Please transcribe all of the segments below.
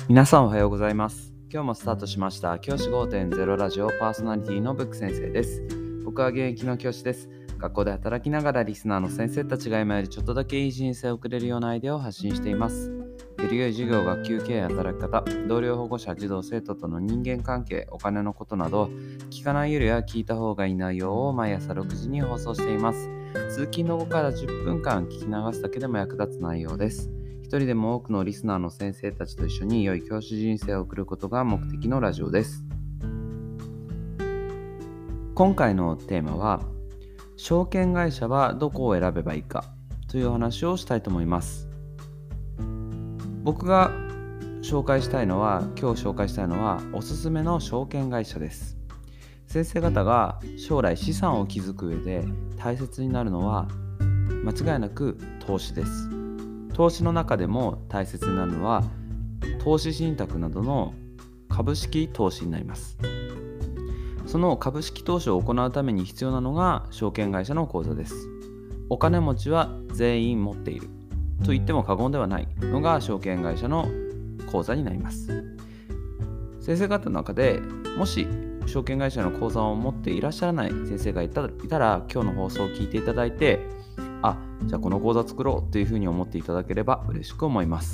皆さんおはようございます。今日もスタートしました教師 5.0 ラジオパーソナリティのブック先生です。僕は現役の教師です。学校で働きながらリスナーの先生たちが今よりちょっとだけいい人生を送れるようなアイデアを発信しています。より良い授業、学級経営、働き方、同僚、保護者、児童、生徒との人間関係、お金のことなど聞かないよりは聞いた方がいい内容を毎朝6時に放送しています。通勤の後から10分間聞き流すだけでも役立つ内容です。一人でも多くのリスナーの先生たちと一緒に良い教師人生を送ることが目的のラジオです。今回のテーマは、証券会社はどこを選べばいいかという話をしたいと思います。僕が今日紹介したいのはおすすめの証券会社です。先生方が将来資産を築く上で大切になるのは間違いなく投資です。投資の中でも大切になるのは投資信託などの株式投資になります。その株式投資を行うために必要なのが証券会社の口座です。お金持ちは全員持っていると言っても過言ではないのが証券会社の口座になります。先生方の中でもし証券会社の口座を持っていらっしゃらない先生がいたら今日の放送を聞いていただいて、じゃあこの講座作ろうというふうに思っていただければ嬉しく思います。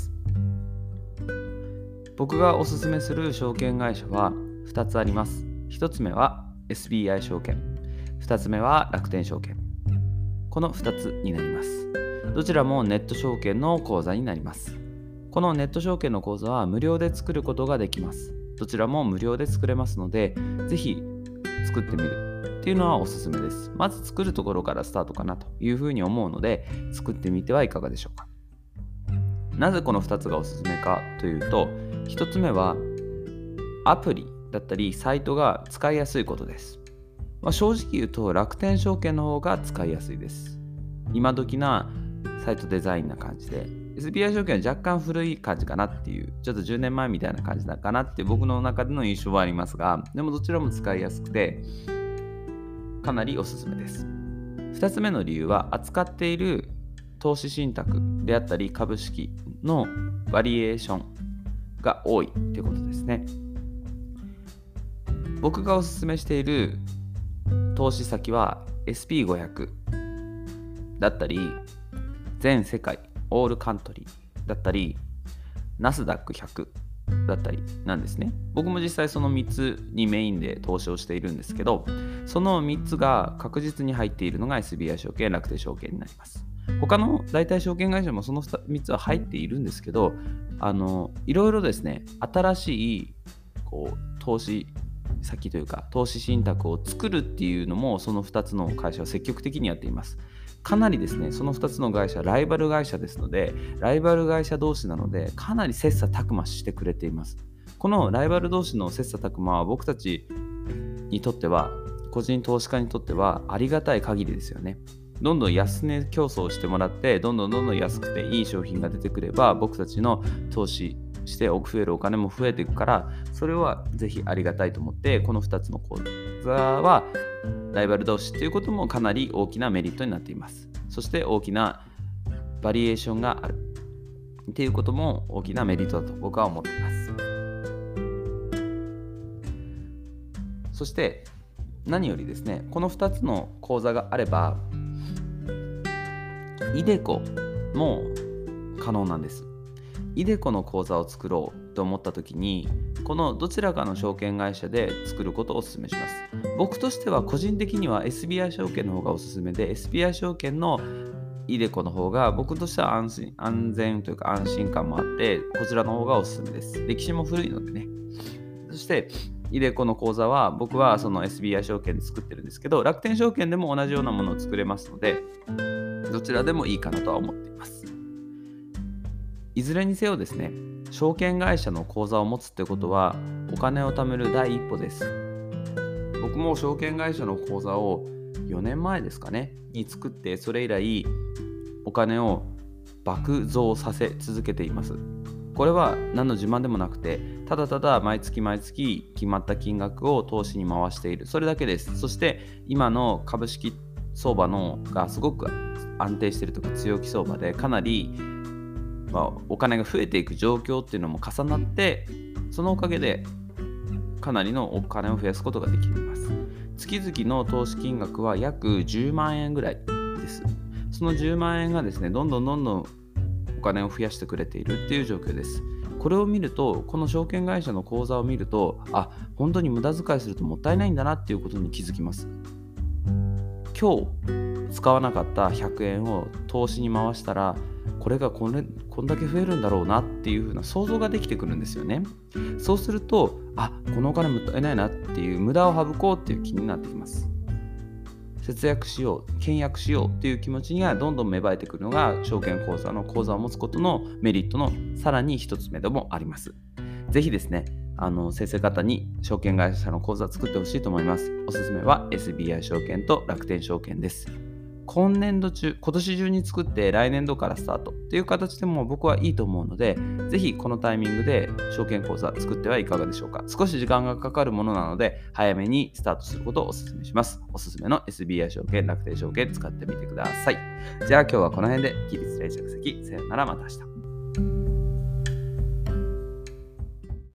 僕がおすすめする証券会社は2つあります。1つ目は SBI 証券、2つ目は楽天証券。この2つになります。どちらもネット証券の口座になります。このネット証券の口座は無料で作ることができます。どちらも無料で作れますので、ぜひ作ってみるっていうのはおすすめです。まず作るところからスタートかなというふうに思うので、作ってみてはいかがでしょうか。なぜこの2つがおすすめかというと、1つ目はアプリだったりサイトが使いやすいことです。正直言うと楽天証券の方が使いやすいです。今時なサイトデザインな感じで、SBI 証券は若干古い感じかなっていう、ちょっと10年前みたいな感じだかなって僕の中での印象はありますが、でもどちらも使いやすくてかなりおすすめです。2つ目の理由は、扱っている投資信託であったり株式のバリエーションが多いということですね。僕がおすすめしている投資先は SP500 だったり全世界オールカントリーだったりナスダック100だったりなんですね。僕も実際その3つにメインで投資をしているんですけど、その3つが確実に入っているのが SBI 証券、楽天証券になります。他の大体証券会社もその3つは入っているんですけど、いろいろですね、新しい投資先というか投資信託を作るっていうのもその2つの会社は積極的にやっています。かなりですね、その2つの会社ライバル会社ですので、ライバル会社同士なのでかなり切磋琢磨してくれています。このライバル同士の切磋琢磨は僕たちにとっては、個人投資家にとってはありがたい限りですよね。どんどん安値競争してもらって、どんどん安くていい商品が出てくれば、僕たちの投資して増えるお金も増えていくから、それはぜひありがたいと思って、この2つの講座はライバル同士ということもかなり大きなメリットになっています。そして大きなバリエーションがあるっていうことも大きなメリットだと僕は思っています。そして何よりですね、この2つの講座があればiDeCoも可能なんです。iDeCoの口座を作ろうと思った時に、このどちらかの証券会社で作ることをお勧めします。僕としては個人的には SBI 証券の方がおすすめで、 SBI 証券のiDeCoの方が僕としては安全というか安心感もあって、こちらの方がおすすめです。歴史も古いのでね。そしてiDeCoの口座は僕はその SBI 証券で作ってるんですけど、楽天証券でも同じようなものを作れますので、どちらでもいいかなとは思っています。いずれにせよですね、証券会社の口座を持つってことはお金を貯める第一歩です。僕も証券会社の口座を4年前ですかねに作って、それ以来お金を爆増させ続けています。これは何の自慢でもなくて、ただただ毎月決まった金額を投資に回している、それだけです。そして今の株式相場がすごく安定しているとか強気相場で、かなりお金が増えていく状況っていうのも重なって、そのおかげでかなりのお金を増やすことができます。月々の投資金額は約10万円ぐらいです。その10万円がですね、どんどんお金を増やしてくれているっていう状況です。これを見ると、この証券会社の口座を見ると、本当に無駄遣いするともったいないんだなっていうことに気づきます。今日使わなかった100円を投資に回したら、これがこんだけ増えるんだろうなっていう風な想像ができてくるんですよね。そうすると、このお金もったいないなっていう、無駄を省こうっていう気になってきます。節約しよう、倹約しようっていう気持ちがどんどん芽生えてくるのが、証券口座の口座を持つことのメリットのさらに一つ目でもあります。ぜひですね、先生方に証券会社の口座を作ってほしいと思います。おすすめは SBI 証券と楽天証券です。今年中に作って来年度からスタートっていう形でも僕はいいと思うので、ぜひこのタイミングで証券口座作ってはいかがでしょうか。少し時間がかかるものなので、早めにスタートすることをお勧めします。おすすめの SBI 証券、楽天証券使ってみてください。じゃあ今日はこの辺で、起立連着席、さよなら、また明日。